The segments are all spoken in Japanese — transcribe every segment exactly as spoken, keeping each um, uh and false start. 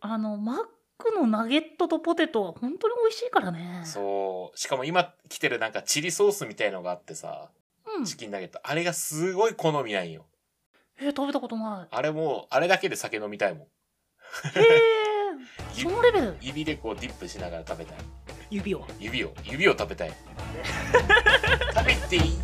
あのマックのナゲットとポテトは本当に美味しいからね。 そうしかも今来てるなんかチリソースみたいのがあってさ、 うん、 チキンナゲットあれがすごい好みなんよ。 えー、食べたことない。 あれもうあれだけで酒飲みたいもん。 へえそのレベル。 指でこうディップしながら食べたい。 指を指を指を食べたい。食べていい？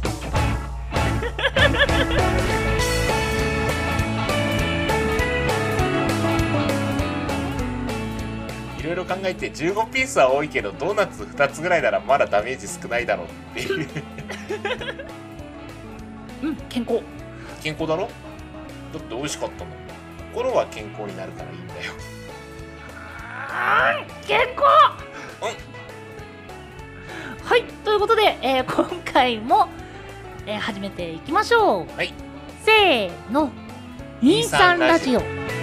いろいろ考えてじゅうごピースは多いけどドーナツふたつぐらいならまだダメージ少ないだろうっていう。 うん健康。 健康だろ？だって美味しかったもん。心は健康になるからいいんだよ。 うん健康。うんはいということで、えー、今回も、えー、始めていきましょう。 はい。 せーのにーさんラジオ。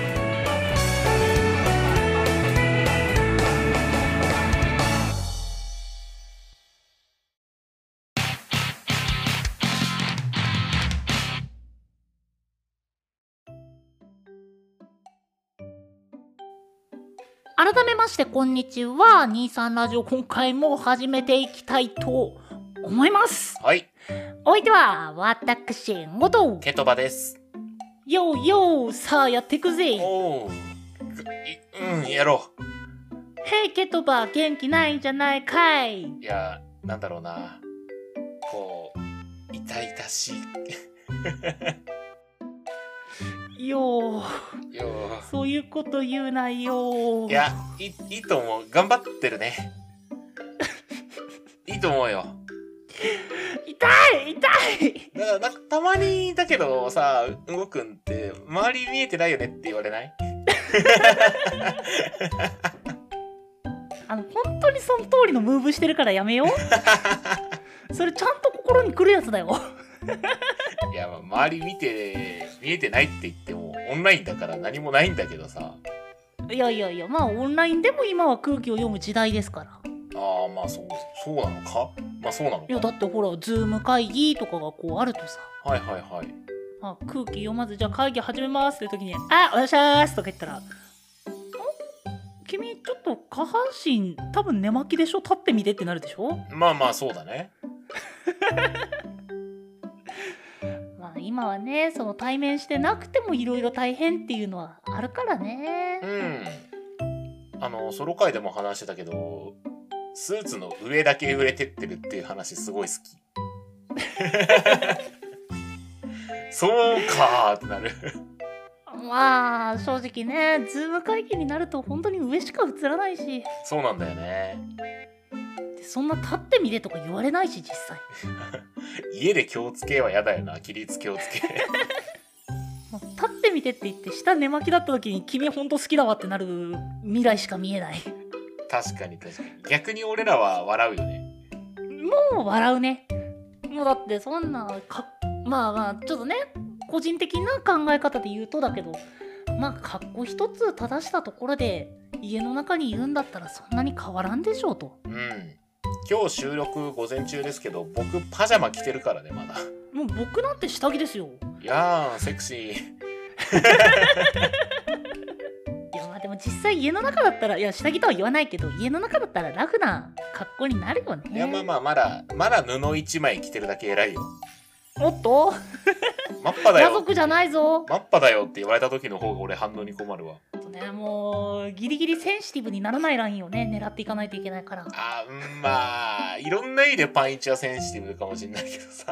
改めましてこんにちは。にーさんラジオ今回も始めていきたいと思います。 はい。 お相手は私ごとケトバです。 よーよーさあやってくぜ。 おううんやろう。 へいケトバ元気ないんじゃないかい。 いやなんだろうな、こう痛々しいよーよそういうこと言うなよ。 いやいいいと思う。頑張ってるね。いいと思うよ。 痛い痛い。 だからなんかたまにだけどさ、うんごくんって周り見えてないよねって言われない？ あの本当にその通りのムーブしてるからやめよう。それちゃんと心に来るやつだよ。 いやまあ周り見て見えてないって言ってもオンラインだから何もないんだけどさ。 いやいやいやまあオンラインでも今は空気を読む時代ですから。 ああまあそうそうなのか。まあそうなのか。 いやだってほらズーム会議とかがこうあるとさ、 はいはいはい。 あ空気読まずじゃあ会議始めますっていう時に「あお願いします」とか言ったら「ん君ちょっと下半身多分寝巻きでしょ立ってみて」ってなるでしょ。 まあまあそうだね。 まあ今はねその対面してなくてもいろいろ大変っていうのはあるからね。 うん。あのソロ会でも話してたけどスーツの上だけ売れてってるっていう話すごい好き。そうかーってなる。 まあ正直ねズーム会議になると本当に上しか映らないし、 そうなんだよね。 でそんな立ってみてとか言われないし実際。 家で気をつけはやだよな。起立気をつけ。 もう立ってみてって言って下寝巻きだった時に君本当好きだわってなる未来しか見えない。 確かに確かに。逆に俺らは笑うよね。 もう笑うね。もうだってそんなかまあまあちょっとね個人的な考え方で言うとだけど、まあ格好一つ正したところで家の中にいるんだったらそんなに変わらんでしょうと。 うん。今日収録午前中ですけど僕パジャマ着てるからねまだ。 もう僕なんて下着ですよ。 いやーセクシー。 いやまあでも実際家の中だったらいや下着とは言わないけど家の中だったらラフな格好になるよね。 いやまあまあまだまだ布一枚着てるだけ偉いよ。 おっとマッパだよ。 家族じゃないぞ。 マッパだよって言われた時の方が俺反応に困るわ。 ね、もうギリギリセンシティブにならないラインをね狙っていかないといけないから。 あーうんまあいろんな意味でパンイチはセンシティブかもしんないけどさ。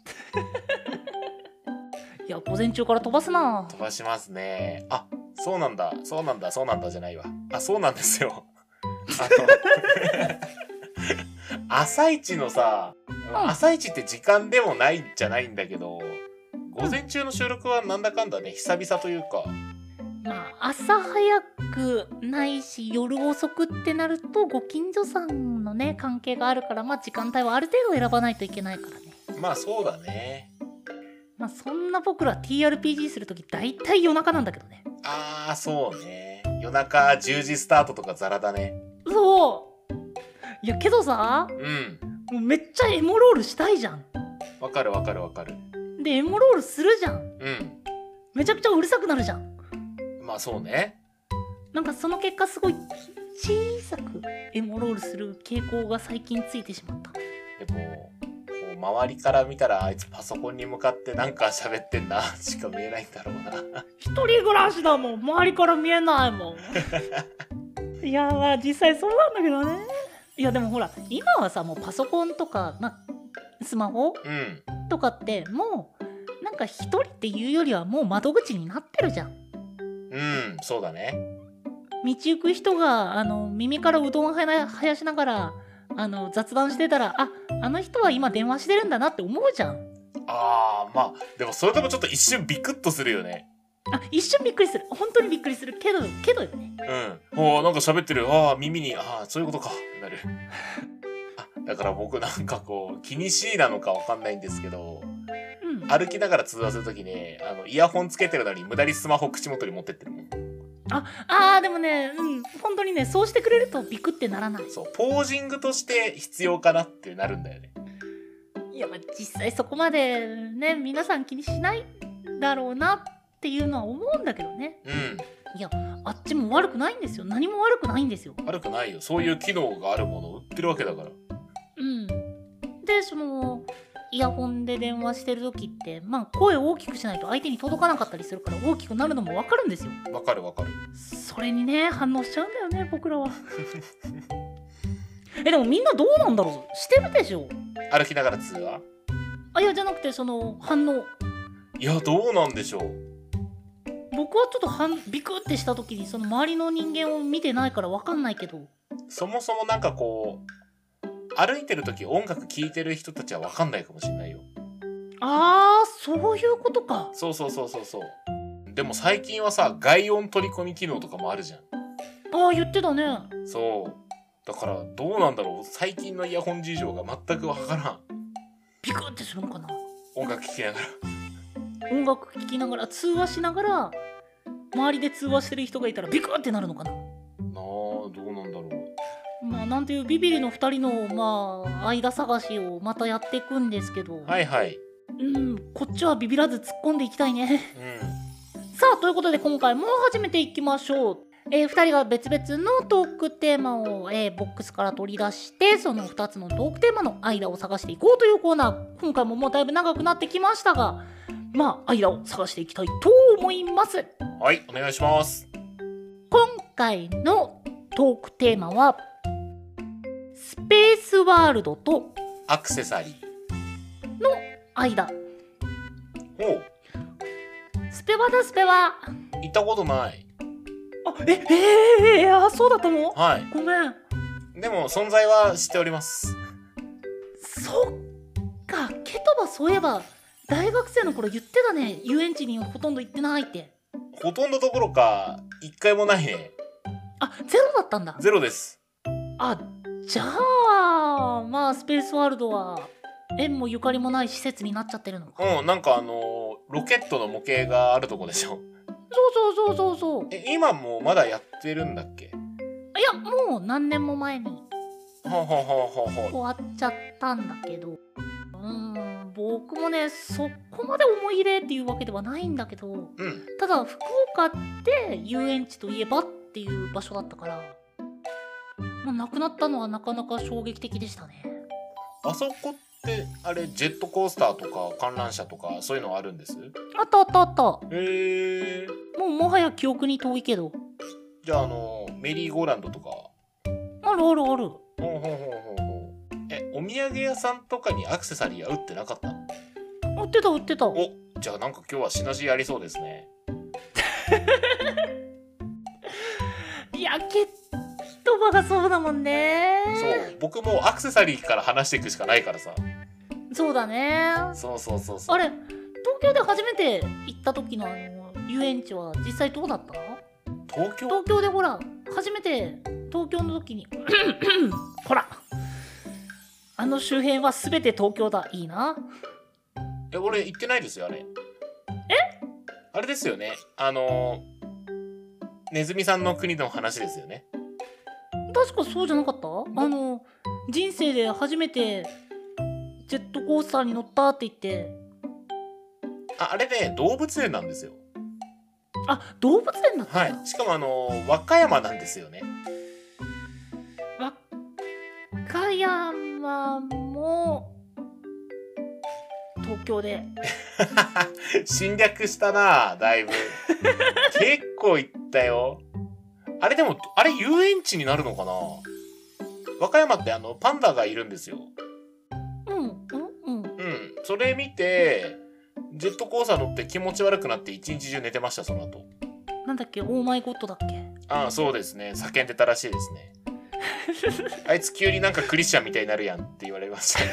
いや午前中から飛ばすな。 飛ばしますね。あそうなんだそうなんだそうなんだじゃないわ。あそうなんですよ。あの朝一のさ、 うん、 朝一って時間でもないんじゃないんだけど午前中の収録はなんだかんだね久々というか。 まあ朝早くないし夜遅くってなるとご近所さんのね関係があるからまあ時間帯はある程度選ばないといけないからね。 まあそうだね。 まあそんな僕ら ティーアールピージー するとき大体夜中なんだけどね。 ああそうね。夜中じゅうじスタートとかザラだね。 そういやけどさ、 うんもうめっちゃエモロールしたいじゃん。 わかるわかるわかる。 でエモロールするじゃん。 うんめちゃくちゃうるさくなるじゃん。 まあそうね。 なんかその結果すごい小さくエモロールする傾向が最近ついてしまった。 でもこう周りから見たらあいつパソコンに向かってなんか喋ってんなしか見えないんだろうな。 一人暮らしだもん、周りから見えないもん。いやまあ実際そうなんだけどね。いやでもほら今はさもうパソコンとか、まあ、スマホうんとかってもうなんか一人っていうよりはもう窓口になってるじゃん。 うんそうだね。 道行く人があの耳からうどんをはや生やしながらあの雑談してたら、ああの人は今電話してるんだなって思うじゃん。 あーまあでもそれでもちょっと一瞬ビクッとするよね。 あ一瞬びっくりする、本当にびっくりするけどけどよね。 うんおーなんか喋ってる、ああ耳に、ああそういうことかってなる。あだから僕なんかこう気にしいなのかわかんないんですけど、 うん、 歩きながら通話するときね、あのイヤホンつけてるのに無駄にスマホ口元に持ってってるもん。 ああーでもね、うん、本当にねそうしてくれるとビクってならない。 そうポージングとして必要かなってなるんだよね。 いやまあ実際そこまでね皆さん気にしないだろうなっていうのは思うんだけどね。 うんいやあっちも悪くないんですよ、何も悪くないんですよ。 悪くないよ、そういう機能があるものを売ってるわけだから。 うんでそのイヤホンで電話してる時ってまあ声を大きくしないと相手に届かなかったりするから大きくなるのも分かるんですよ。 わかるわかる。 それにね反応しちゃうんだよね僕らは。えでもみんなどうなんだろう、してるでしょ。 歩きながら通話。 あいやじゃなくてその反応、 いやどうなんでしょう。 僕はちょっと反ビクってした時にその周りの人間を見てないから分かんないけど、 そもそもなんかこう歩いてる時音楽聴いてる人たちはわかんないかもしれないよ。 あーそういうことか。 そうそうそうそうそう。でも最近はさ外音取り込み機能とかもあるじゃん。 あー言ってたね。 そうだからどうなんだろう、最近のイヤホン事情が全くわからん。 ビクってするのかな。 音楽聴きながら音楽聴きながら通話しながら周りで通話してる人がいたらビクってなるのかな。 なあどうなんだろう。 まあなんていうビビリのふたりのまあ間探しをまたやっていくんですけど、 はいはい。 うんこっちはビビらず突っ込んでいきたいね。 うんさあということで今回も始めていきましょう。えー、ふたりが別々のトークテーマを、えーボックスから取り出してそのふたつのトークテーマの間を探していこうというコーナー。今回ももうだいぶ長くなってきましたが、まあ間を探していきたいと思います。 はいお願いします。 今回のトークテーマはスペースワールドとアクセサリー。 間。 おうスペワだスペワ。 行ったことない。 あえええー、あそうだったの。 はいごめん。 でも存在は知っております。 そっか、ケトバそういえば大学生の頃言ってたね、遊園地にほとんど行ってないって。 ほとんどどころか一回もないね。 あゼロだったんだ。 ゼロです。 あじゃあまあスペースワールドは縁もゆかりもない施設になっちゃってるのか。 うんなんかあのーロケットの模型があるとこでしょ。 そうそうそうそうそう。 え今もまだやってるんだっけ。 いやもう何年も前にほうほうほうほうほう。 終わっちゃったんだけど、うーん僕もねそこまで思い入れっていうわけではないんだけど、 うんただ福岡って遊園地といえばっていう場所だったから、まあ、亡くなったのはなかなか衝撃的でしたね。 あそこってあれジェットコースターとか観覧車とかそういうのあるんです。 あったあったあった。もへえ。 うもはや記憶に遠いけど。 じゃああのーメリーゴーランドとか。 あるあるある。 ほうほうほうほうほう。えお土産屋さんとかにアクセサリーは売ってなかったの。 売ってた売ってた。 おじゃあなんか今日は品地ありそうですね。 いやケトバがそうだもんね。 そう僕もアクセサリーから話していくしかないからさ。 そうだね。 そうそうそうそう。 あれ東京で初めて行った時のあの遊園地は実際どうだった？ 東京。 東京でほら初めて東京の時にほらあの周辺は全て東京だ。いいな。 え俺行ってないですよあれ。 えあれですよねあのネズミさんの国の話ですよね。 確かそうじゃなかった？あの人生で初めてジェットコースターに乗ったって言って。 ああれね動物園なんですよ。 あ、動物園だったんだ。 はい。しかもあの和歌山なんですよね。 和歌山も東京で。 侵略したな、だいぶ。結構行ったよ。あれでも、あれ遊園地になるのかな。和歌山ってあのパンダがいるんですよ。 うんうんうん。 うん。それ見てジェットコースター乗って気持ち悪くなって一日中寝てました、その後。 なんだっけ、オーマイゴッドだっけ。 ああ、そうですね。叫んでたらしいですね。あいつ急になんかクリスチャンみたいになるやんって言われました。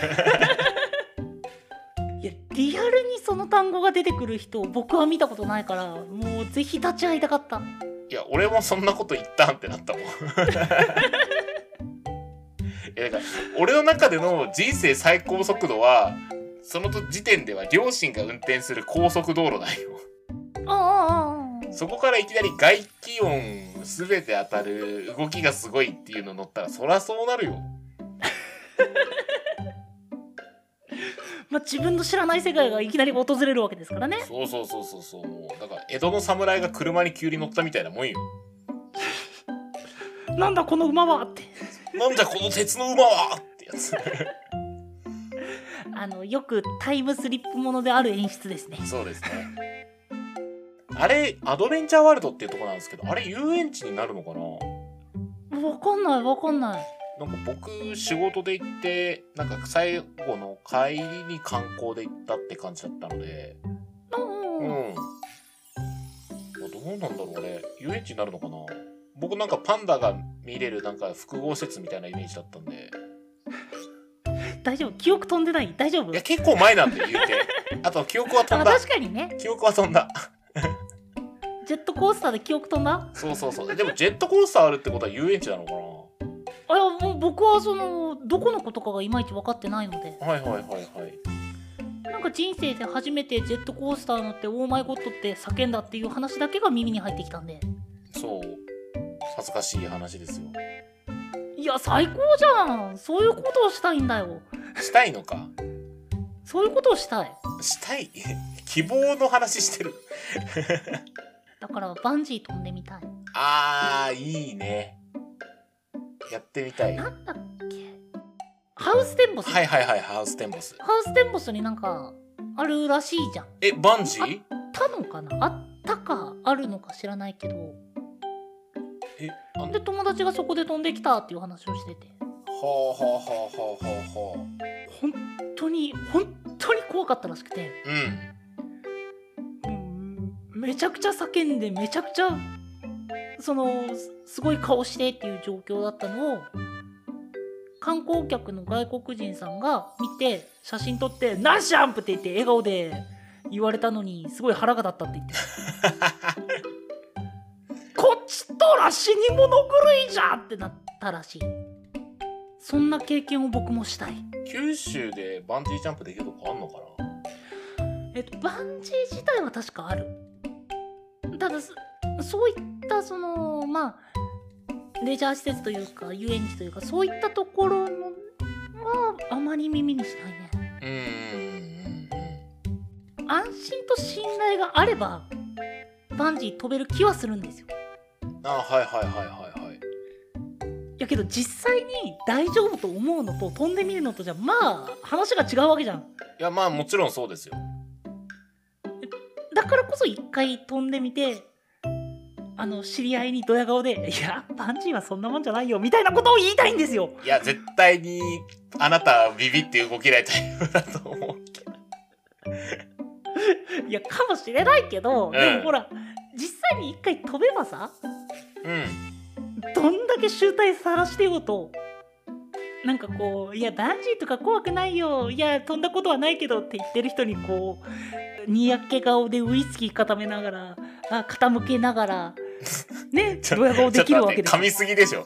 いや、リアルにその単語が出てくる人僕は見たことないから、もうぜひ立ち会いたかった。 いや、俺もそんなこと言ったんってなったもん。いや、だから俺の中での人生最高速度はその時点では両親が運転する高速道路だよ。 ああああ。 そこからいきなり外気温すべて当たる動きがすごいっていうの乗ったらそらそうなるよ。 まあ、自分の知らない世界がいきなり訪れるわけですからね。 そうそうそうそうそう。もうだから江戸の侍が車に急に乗ったみたいなもんよ。 なんだこの馬はって。 なんじゃこの鉄の馬はってやつ。 あのよくタイムスリップものである演出ですね。 そうですね。あれアドベンチャーワールドっていうところなんですけど、あれ遊園地になるのかな。 わかんないわかんない。 なんか僕仕事で行ってなんか最後の帰りに観光で行ったって感じだったので、 うんうん、どうなんだろう、あれ遊園地になるのかな。僕なんかパンダが見れるなんか複合施設みたいなイメージだったんで。 大丈夫、記憶飛んでない？大丈夫？ いや結構前なんで言うて。あと記憶は飛んあ、 だ。 確かにね。 記憶は飛んだ。 ジェットコースターで記憶飛んだ？ そうそうそう。でもジェットコースターあるってことは遊園地なのかな。 あ、いやもう僕はそのどこのことかがいまいち分かってないので。 はいはいはいはい。 なんか人生で初めてジェットコースター乗ってオーマイゴッドって叫んだっていう話だけが耳に入ってきたんで。 そう。恥ずかしい話ですよ。 いや最高じゃん。そういうことをしたいんだよ。 したいのか。 そういうことをしたい。 したい希望の話してる。 だからバンジー飛んでみたい。 あーいいね。やってみたい。 なんだっけ、ハウステンボス。 はいはいはい、ハウステンボス。 ハウステンボスになんかあるらしいじゃん。 え、バンジー？ あったのかな、あったかあるのか知らないけど。 え、あんで友達がそこで飛んできたっていう話をしてて、 はあはあはあはあはあはあ。 本当に本当に怖かったらしくて、 うん。 うんめちゃくちゃ叫んでめちゃくちゃそのすすごい顔してっていう状況だったのを観光客の外国人さんが見て写真撮って「ナイスジャンプ!」って言って笑顔で言われたのにすごい腹が立ったって言ってこっちとら死に物狂いじゃってなったらしい。そんな経験を僕もしたい。 九州でバンジージャンプできるとこあんのかな。 えっとバンジー自体は確かある。ただそそういったそのまあレジャー施設というか遊園地というかそういったところのはあまり耳にしないね。 うーん。 安心と信頼があればバンジー飛べる気はするんですよ。 あ、はいはいはいはいはい。 やけど実際に大丈夫と思うのと飛んでみるのとじゃまあ話が違うわけじゃん。 いやまあもちろんそうですよ。 だからこそ一回飛んでみて、あの知り合いにドヤ顔で「いやバンジーはそんなもんじゃないよ」みたいなことを言いたいんですよ。 いや絶対にあなたはビビって動けないタイプだと思うけど。 いやかもしれないけど、 うん、 でもほら実際に一回飛べばさ、 うん、 どんだけ醜態さらしてようとなんかこう「いやバンジーとか怖くないよ、いや飛んだことはないけど」って言ってる人にこうにやけ顔でウイスキー固めながらあ傾けながらねドヤ顔できるわけですよ。 噛みすぎでしょ。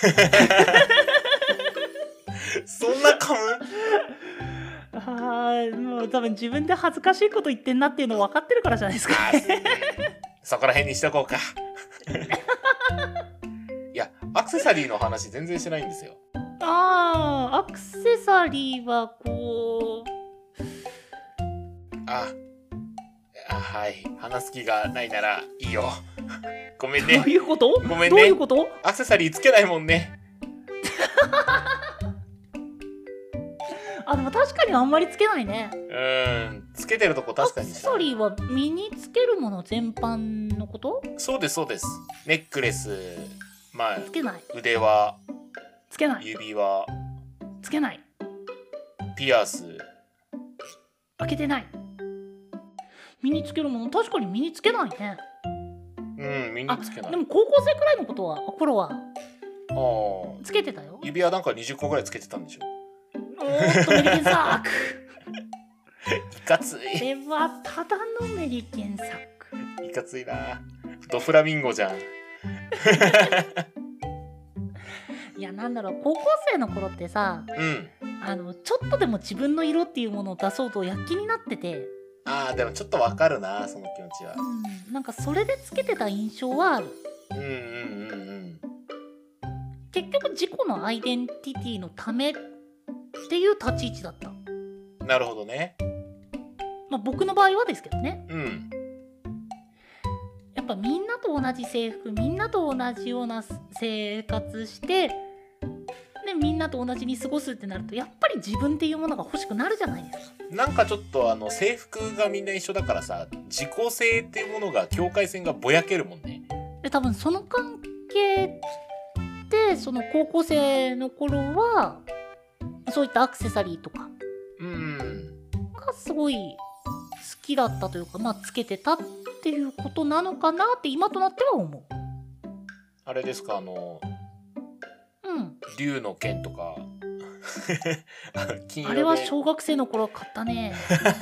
そんな噛む？ ああもう多分自分で恥ずかしいこと言ってんなっていうの分かってるからじゃないですか。 そこら辺にしとこうか。いやアクセサリーの話全然してないんですよ。 ああアクセサリーはこうああはい話す気がないならいいよごめんねどういうこと？ ごめんねどういうこと？ アクセサリーつけないもんね。 あ、でも確かにあんまりつけないね。 うーんつけてるとこ確かにアクセサリーは身につけるもの全般のこと？ そうですそうです。ネックレス、まあつけない。 腕輪、 つけない。 指輪、 つけない。 ピアス。 開けてない。身につけるもの確かに身につけないね。 うん身につけない。 でも高校生くらいのことは頃はあーつけてたよ。 指輪なんかにじゅっこぐらいつけてたんでしょ。 おーっとメリケンサックいかつこれはただのメリケンサック。 いいかついな。ドフラミンゴじゃん。 いやなんだろう、高校生の頃ってさ、 うんあのちょっとでも自分の色っていうものを出そうと躍起になってて、 あーでもちょっとわかるなその気持ちは。 うん、なんかそれでつけてた印象はある。 うんうんうんうん結局自己のアイデンティティのためっていう立ち位置だった。 なるほどね。 まあ僕の場合はですけどね。 うんやっぱみんなと同じ制服、みんなと同じような生活してでみんなと同じに過ごすってなるとやっぱり自分っていうものが欲しくなるじゃないですか。 なんかちょっとあの制服がみんな一緒だからさ自己性っていうものが境界線がぼやけるもんね。 で多分その関係でその高校生の頃はそういったアクセサリーとかうんがすごい好きだったというか、まあつけてたっていうことなのかなって今となっては思う。 あれですかあのうん竜の剣とかあの金色であれは小学生の頃買ったね。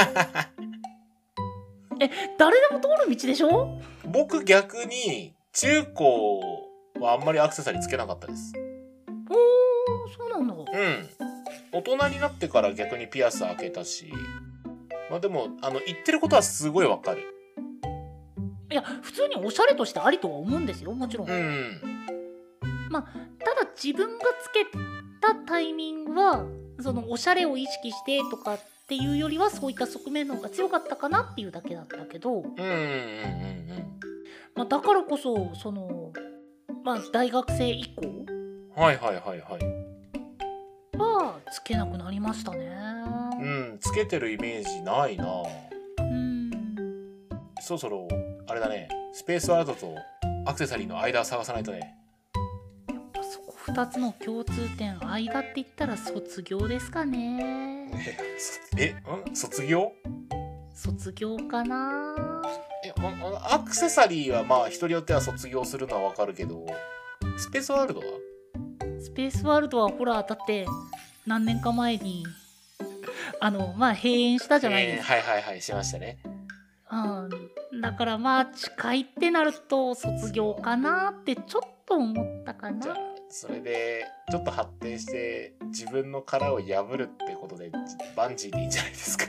え誰でも通る道でしょ？ 僕逆に中高はあんまりアクセサリーつけなかったです。 おーそうなんだ。 うん大人になってから逆にピアス開けたし、まあでもあの言ってることはすごいわかる。 いや普通におしゃれとしてありとは思うんですよ、もちろん。 うんまあただ自分がつけたタイミングはそのおしゃれを意識してとかっていうよりはそういった側面の方が強かったかなっていうだけだったけど、 うんうんうんうんまあ、だからこそそのまあ大学生以降はいはいはいはいはつけなくなりましたね。 うんつけてるイメージないな。 うんそろそろあれだねスペースワールドとアクセサリーの間探さないとね。 そこふたつの共通点間って言ったら卒業ですかね。 えそえん卒業卒業かな。 えあアクセサリーはまあ人によっては卒業するのはわかるけどスペースワールドはスペースワールドはほらだって何年か前にあのまあ閉園したじゃないですか、 えー、はいはいはいしましたね。 うん、だからまあ近いってなると卒業かなってちょっと思ったかな。 じゃあそれでちょっと発展して自分の殻を破るってことでバンジーでいいんじゃないですか。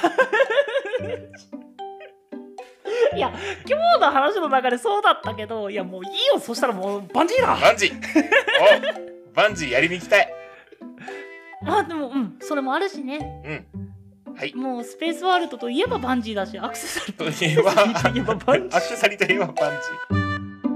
いや今日の話の中でそうだったけど、いやもういいよ、そしたらもうバンジーだ。 バンジーおバンジーやりに行きたい。 まあでもうんそれもあるしね。 うんはいもうスペースワールドといえばバンジーだし、アクセサリーといえばといえばバンジーアクセサリーといえばバンジー。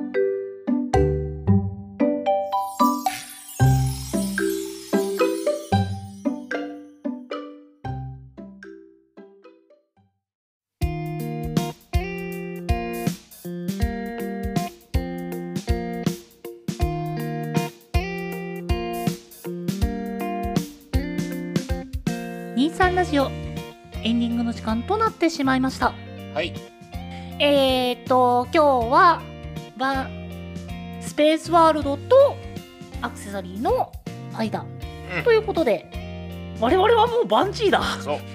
にじゅうさんラジオエンディングの時間となってしまいました。 はいえーっと今日はバスペースワールドとアクセサリーの間、 うんということで我々はもうバンジーだ。 そうはい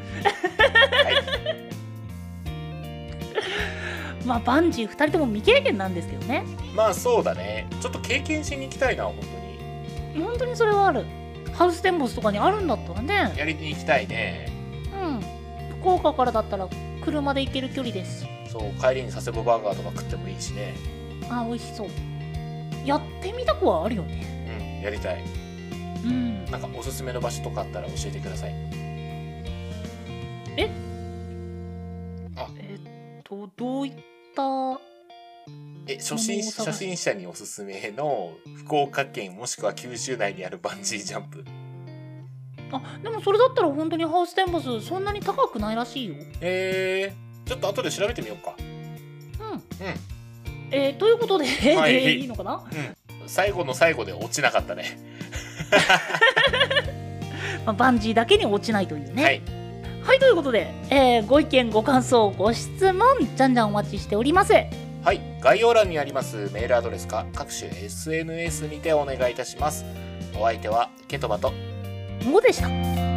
まあバンジーふたりとも未経験なんですけどね。 まあそうだねちょっと経験しに行きたいな本当に。 本当にそれはある。ハウステンボスとかにあるんだったらね。 やりに行きたいね。 うん福岡からだったら車で行ける距離ですし、 そう帰りに佐世保バーガーとか食ってもいいしね。 あ美味しそう。やってみたくはあるよね。 うんやりたい。 うんなんかおすすめの場所とかあったら教えてください。 えあえどどういったえ初心ものを探し初心者におすすめの福岡県もしくは九州内にあるバンジージャンプ。 あでもそれだったら本当にハウステンボスそんなに高くないらしいよ。 えー、ちょっと後で調べてみようか。 うんうんえー、ということで、 はいでいいのかな、 最後の最後で落ちなかったね。 まあ、バンジーだけに落ちないというね。 はいはい、ということで、えーご意見ご感想ご質問じゃんじゃんお待ちしております。 はい概要欄にありますメールアドレスか各種 エスエヌエス にてお願いいたします。お相手はケトバとごでした。